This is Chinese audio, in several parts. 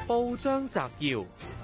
報章摘要：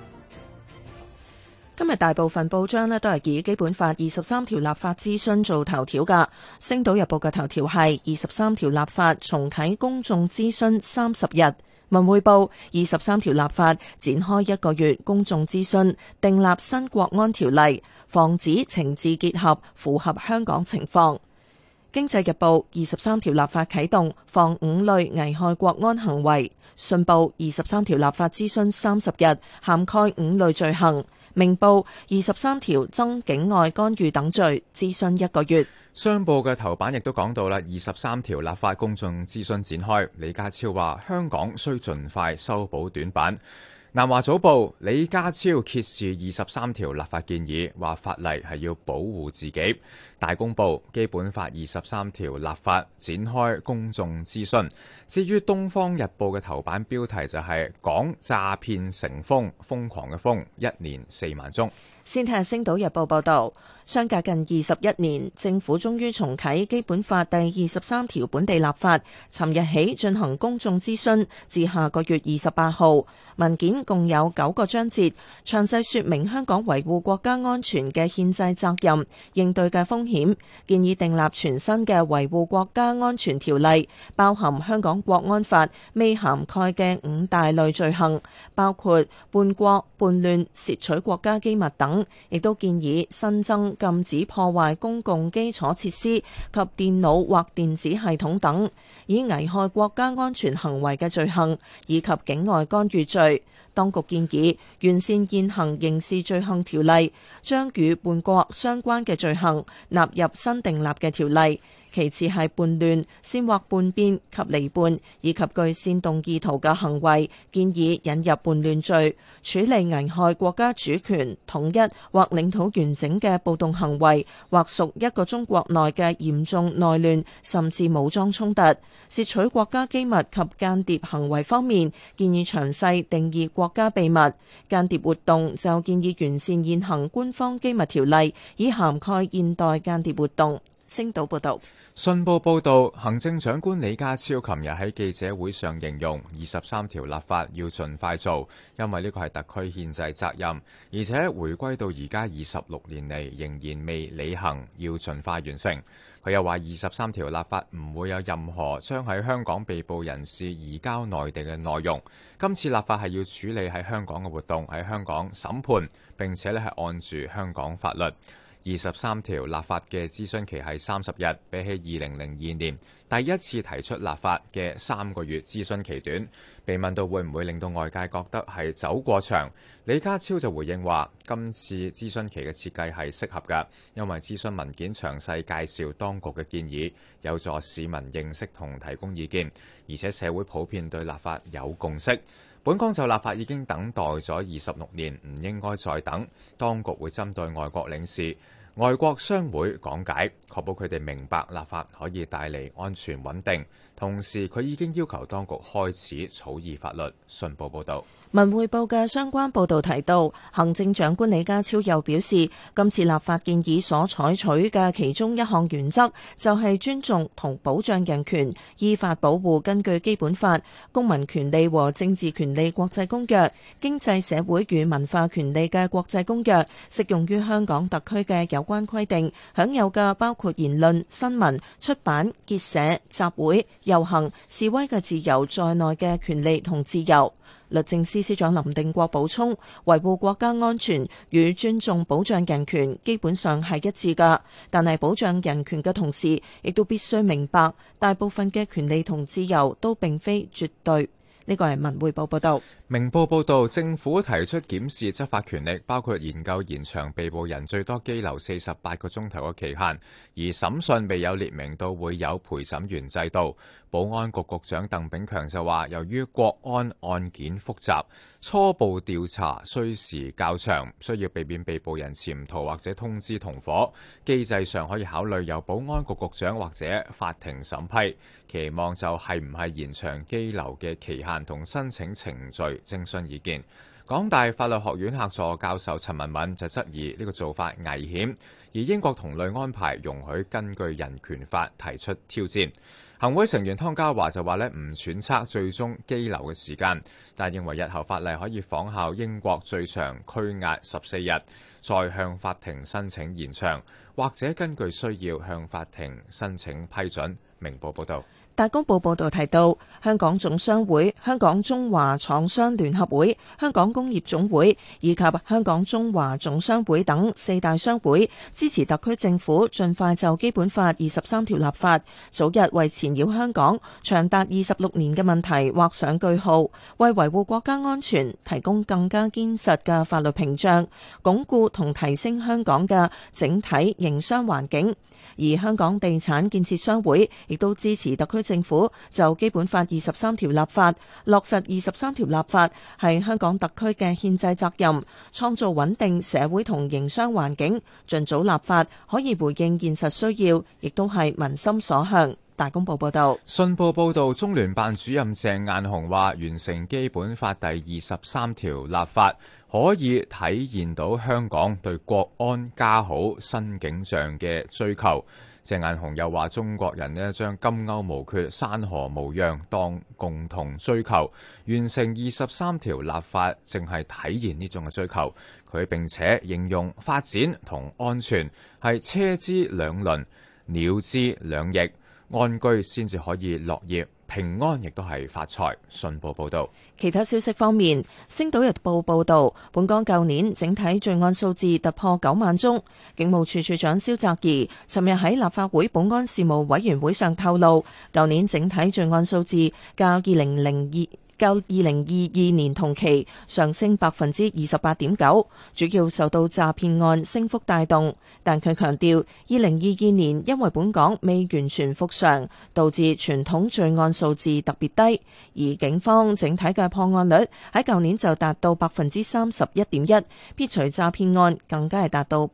今日大部分報章都係以基本法23條立法諮詢做頭條㗎。星島日報嘅頭條係23條立法重啟公眾諮詢30日。文匯報23條立法展開1個月公眾諮詢，訂立新國安條例，防止情治結合，符合香港情況。經濟日報23條立法啟動，防5類危害國安行為。信報23條立法諮詢30日，涵蓋5類罪行。明報23條增境外干預等罪，諮詢1個月。 商報嘅頭版亦都講到啦，23條立法公眾諮詢展開。李家超話香港需盡快修補短板。南華早報李家超揭示23條立法建議，話法例係要保護自己。大公報基本法23條立法展開公眾諮詢。至於東方日報嘅頭版標題就係講詐騙成風，瘋狂嘅瘋，1年4萬宗。 先睇下《星島日報》報導，相隔近21年，政府終於重啟基本法第23條本地立法，尋日起進行公眾諮詢，至下個月28號。文件共有9個章節，詳細說明香港維護國家安全嘅憲制責任、應對嘅風險，建議訂立全新嘅維護國家安全條例，包含香港國安法未涵蓋嘅5大類罪行，包括叛國、叛亂、竊取國家機密等，亦都建議新增禁止破壞公共基礎設施及電腦或電子系統等，以危害國家安全行為嘅罪行，以及境外干預罪。當局建議完善現行刑事罪行條例，將與叛國相關嘅罪行納入新訂立嘅條例。其次係叛亂、煽惑叛變及離叛，以及具煽動意圖嘅行為，建議引入叛亂罪，處理危害國家主權、統一或領土完整嘅暴動行為，或屬一個中國內嘅嚴重內亂甚至武裝衝突。竊取國家機密及間諜行為方面，建議詳細定義國家秘密。間諜活動就建議完善現行官方機密條例，以涵蓋現代間諜活動。星島報道。 信報報導，行政長官李家超琴日喺記者會上形容23條立法要盡快做，因為呢個係特區憲制責任，而且回歸到而家26年嚟仍然未履行，要盡快完成。佢又話23條立法唔會有任何將喺香港被捕人士移交內地嘅內容。今次立法係要處理喺香港嘅活動，喺香港審判，並且係按住香港法律。23條立法嘅諮詢期係30日，比起2002年第一次提出立法嘅3個月諮詢期短。被問到會唔會令到外界覺得係走過場，李家超就回應話：今次諮詢期嘅設計係適合㗎，因為諮詢文件詳細介紹當局嘅建議，有助市民認識同提供意見，而且社會普遍對立法有共識。本港就立法已經等待咗26年，唔應該再等。當局會針對外國領事、外國商會講解，確保佢哋明白立法可以帶嚟安全穩定。同時，佢已經要求當局開始草擬法律。信報報導。 文匯報嘅相關報導提到，行政長官李家超又表示，今次立法建議所採取嘅其中一項原則就係尊重同保障人權，依法保護根據基本法、公民權利和政治權利國際公約、經濟社會與文化權利嘅國際公約，適用於香港特區嘅有關規定，享有嘅包括言論、新聞、出版、結社、集會、遊行、示威嘅自由在內嘅權利同自由。律政司司長林定國補充，維護國家安全與尊重保障人權基本上係一致㗎，但係保障人權嘅同時，亦都必須明白，大部分嘅權利同自由都並非絕對。呢個係文匯報報導。 明報報導，政府提出檢視執法權力，包括研究延長被捕人最多羈留48個鐘頭嘅期限，而審訊未有列明到會有陪審員制度。保安局局長鄧炳強就話，由於國安案件複雜，初步調查需時較長，需要避免被捕人潛逃或者通知同伙，機制上可以考慮由保安局局長或者法庭審批。期望就係唔係延長羈留嘅期限同申請程序徵詢意見。港大法律學院客座教授陳文敏就質疑呢個做法危險，而英國同類安排容許根據人權法提出挑戰。 行會成員湯家驊就話呢，唔揣測最終羈留嘅時間，但認為日後法例可以仿效英國最長拘押14日，再向法庭申請延長，或者根據需要向法庭申請批准。明報報道。 大公報報導提到，香港總商會、香港中華廠商聯合會、香港工業總會以及香港中華總商會等4大商會支持特區政府盡快就基本法23條立法，早日為纏繞香港長達26年嘅問題畫上句號，為維護國家安全提供更加堅實嘅法律屏障，鞏固同提升香港嘅整體營商環境。而香港地產建設商會亦都支持特區政府就基本法23條立法，落實23條立法係香港特區嘅憲制責任，創造穩定社會同營商環境，盡早立法可以回應現實需要，亦都係民心所向。大公報報道。 信報報道，中聯辦主任鄭雁雄話，完成基本法第23條立法，可以體現到香港對國安家好新景象嘅追求。鄭雁雄又話，中國人呢將金甌無缺、山河無恙當共同追求，完成23條立法正係體現呢種嘅追求。佢並且形容發展同安全係車之兩輪、鳥之兩翼，安居先至可以樂業，平安亦都係發財。信報報道。 其他消息方面，《星島日報》報道，本港舊年整體罪案數字突破9萬宗。警務處處長蕭澤頤尋日喺立法會保安事務委員會上透露，舊年整體罪案數字較2022年同期上升28.9%，主要受到詐騙案升幅帶動。但佢強調，2022年因為本港未完全復常，導致傳統罪案數字特別低，而警方整體嘅破案率喺舊年就達到31.1%，撇除詐騙案更加係達到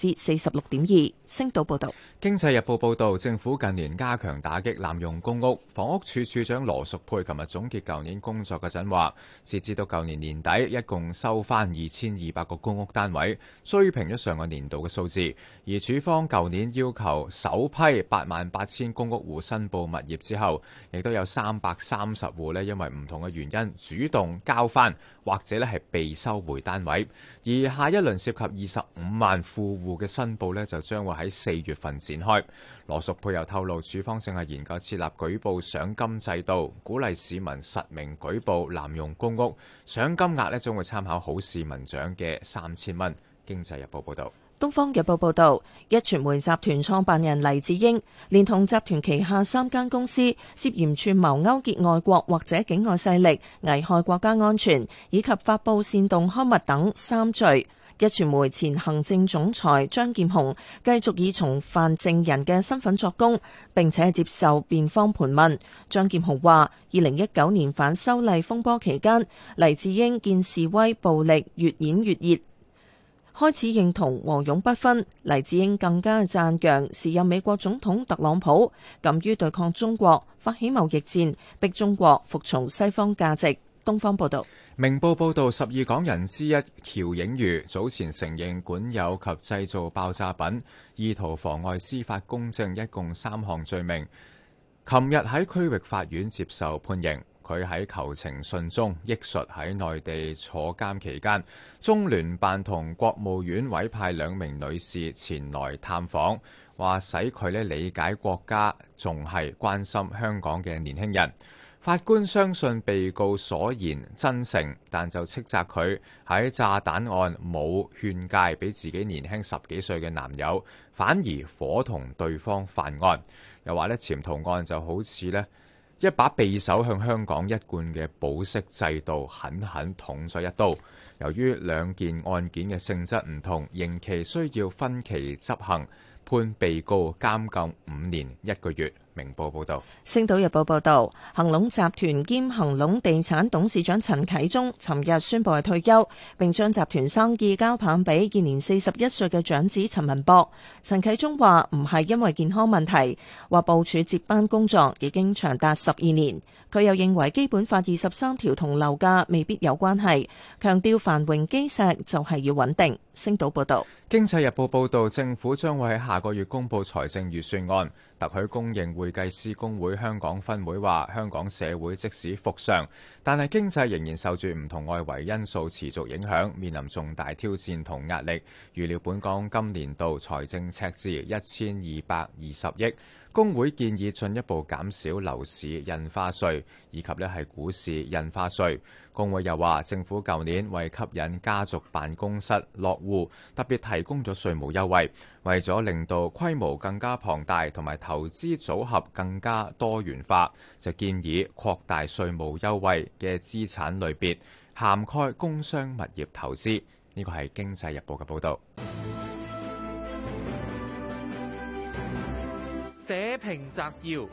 46.2%。星島報道。 經濟日報報道，政府近年加強打擊濫用公屋。房屋署署長羅淑佩琴日總結舊年工作嗰陣話，截至到舊年年底，一共收翻2200個公屋單位，追平咗上個年度嘅數字。而署方舊年要求首批88000公屋戶申報物業之後，亦都有330戶呢因為唔同嘅原因主動交翻，或者呢係被收回單位。而下一輪涉及25萬富戶嘅申報呢，就將會喺4月份展開。羅淑佩又透露，署方正係研究設立舉報賞金制度，鼓勵市民實名舉報濫用公屋，賞金額呢將會參考好市民獎嘅3000蚊。經濟日報報道。 東方日報報導，壹傳媒集團創辦人黎智英連同集團旗下3間公司涉嫌串謀勾結外國或者境外勢力，危害國家安全，以及發布煽動刊物等3罪。壹傳媒前行政總裁張劍虹繼續以從犯證人嘅身份作供，並且接受辯方盤問。張劍虹話：2019年反修例風波期間，黎智英見示威暴力越演越熱，開始認同和勇不分。黎智英更加讚揚時任美國總統特朗普敢於對抗中國，發起貿易戰，逼中國服從西方價值。東方報道。 明報報導，12港人之一喬映瑜早前承認管有及製造爆炸品，意圖妨礙司法公正，一共3項罪名。琴日喺區域法院接受判刑。佢喺求情信中憶述喺內地坐監期間，中聯辦同國務院委派2名女士前來探訪，話使佢理解國家仲係關心香港嘅年輕人。法官相信被告所言真誠，但就斥責佢喺炸彈案冇勸誡俾自己年輕10幾歲嘅男友，反而伙同對方犯案。又話潛逃案就好似一把匕首向香港一貫嘅保釋制度狠狠捅咗一刀。由於2件案件嘅性質唔同，刑期需要分期執行，判被告監禁5年1個月。明報報道。 星島日報報道，恒隆集團兼恒隆地產董事長陳啟宗尋日宣布係退休，並將集團生意交棒俾現年41歲嘅長子陳文博。陳啟宗話唔係因為健康問題，話部署接班工作已經長達12年。佢又認為基本法23條同樓價未必有關係，強調繁榮基石就係要穩定。星島報道。 經濟日報報道，政府將會喺下個月公布財政預算案， 特許公認會計師公會香港分會話，香港社會即使復常，但係經濟仍然受住唔同外圍因素持續影響，面臨重大挑戰同壓力。預料本港今年度財政赤字1220億。工會建議進一步減少樓市印花稅，以及係股市印花稅。工會又話，政府舊年為吸引家族辦公室落戶，特別提供咗稅務優惠，為咗令到規模更加龐大同埋投資組合更加多元化，就建議擴大稅務優惠嘅資產類別，涵蓋工商物業投資。呢個係《經濟日報》嘅報導。 社評摘要。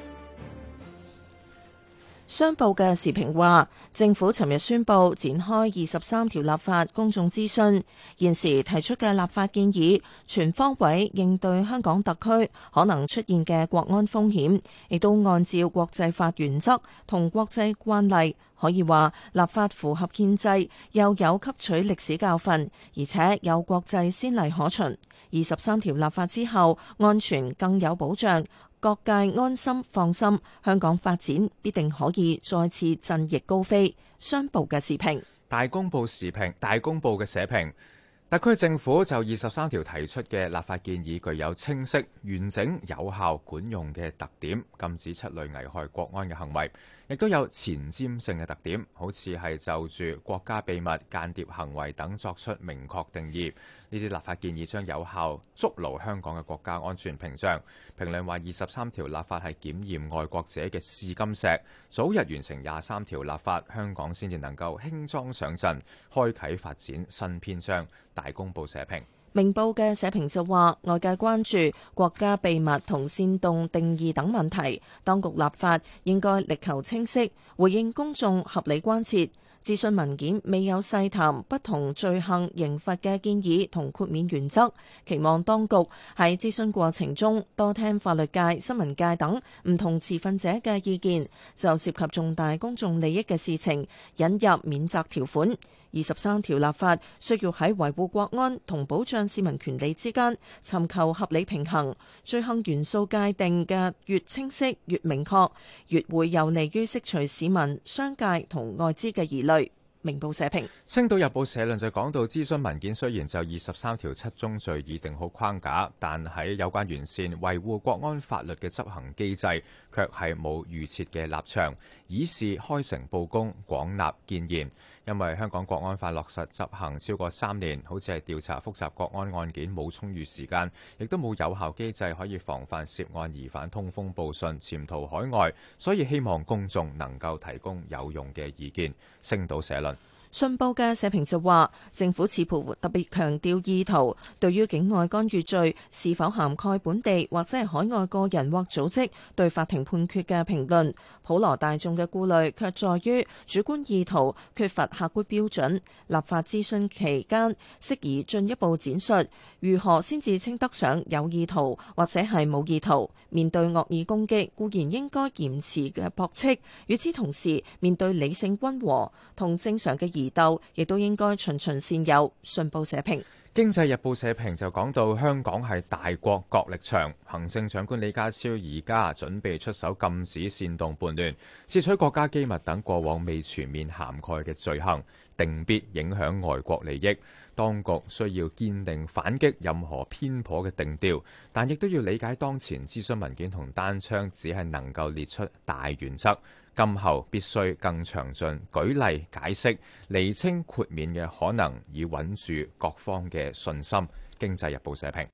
商報嘅時評話，政府尋日宣布展開23條立法公眾諮詢，現時提出嘅立法建議全方位應對香港特區可能出現嘅國安風險，亦都按照國際法原則同國際慣例，可以話立法符合憲制，又有吸取歷史教訓，而且有國際先例可循。23條立法之後，安全更有保障，各界安心放心，香港發展必定可以再次振翼高飛。商報嘅時評。 大公報嘅社評，特區政府就23條提出嘅立法建議具有清晰、完整、有效、管用嘅特點，禁止7類危害國安嘅行為，亦都有前瞻性嘅特點，好似係就住國家秘密、間諜行為等作出明確定義。呢啲立法建議將有效築牢香港嘅國家安全屏障。評論話23條立法係檢驗愛國者嘅試金石，早日完成23條立法，香港先至能夠輕裝上陣，開啓發展新篇章。大公報社評。 明報嘅社評就話，外界關注國家秘密同煽動定義等問題，當局立法應該力求清晰，回應公眾合理關切。諮詢文件未有細談不同罪行刑罰嘅建議同豁免原則，期望當局喺諮詢過程中多聽法律界、新聞界等唔同持份者嘅意見，就涉及重大公眾利益嘅事情引入免責條款。23條立法需要喺維護國安同保障市民權利之間尋求合理平衡，罪行元素界定嘅越清晰越明確，越會有利於釋除市民、商界同外資嘅疑慮。明報社評。 星島日報社論就講到，諮詢文件雖然就23條7宗罪擬定好框架，但喺有關完善維護國安法律嘅執行機制，卻係冇預設嘅立場，以示開誠佈公、廣納建言。因為香港國安法落實執行超過3年，好似係調查複雜國安案件冇充裕時間，亦都冇有效機制可以防範涉案疑犯通風報信、潛逃海外，所以希望公眾能夠提供有用嘅意見。星島社論。 信報嘅社評就話，政府似乎特別強調意圖，對於境外干預罪是否涵蓋本地或者係海外個人或組織對法庭判決嘅評論，普羅大眾嘅顧慮卻在於主觀意圖缺乏客觀標準。立法諮詢期間適宜進一步展述，如何先至稱得上有意圖或者係冇意圖。面對惡意攻擊，固然應該嚴詞嘅駁斥，與此同時，面對理性溫和同正常嘅疑竇，亦都應該循循善誘。信報社評。 經濟日報社評就講到，香港係大國角力場，行政長官李家超而家準備出手禁止煽動叛亂、竊取國家機密等過往未全面涵蓋嘅罪行，定必影響外國利益。當局需要堅定反擊任何偏頗嘅定調，但亦都要理解當前諮詢文件同單槍只係能夠列出大原則，今後必須更詳盡舉例解釋，釐清豁免嘅可能，以穩住各方嘅信心。經濟日報社評。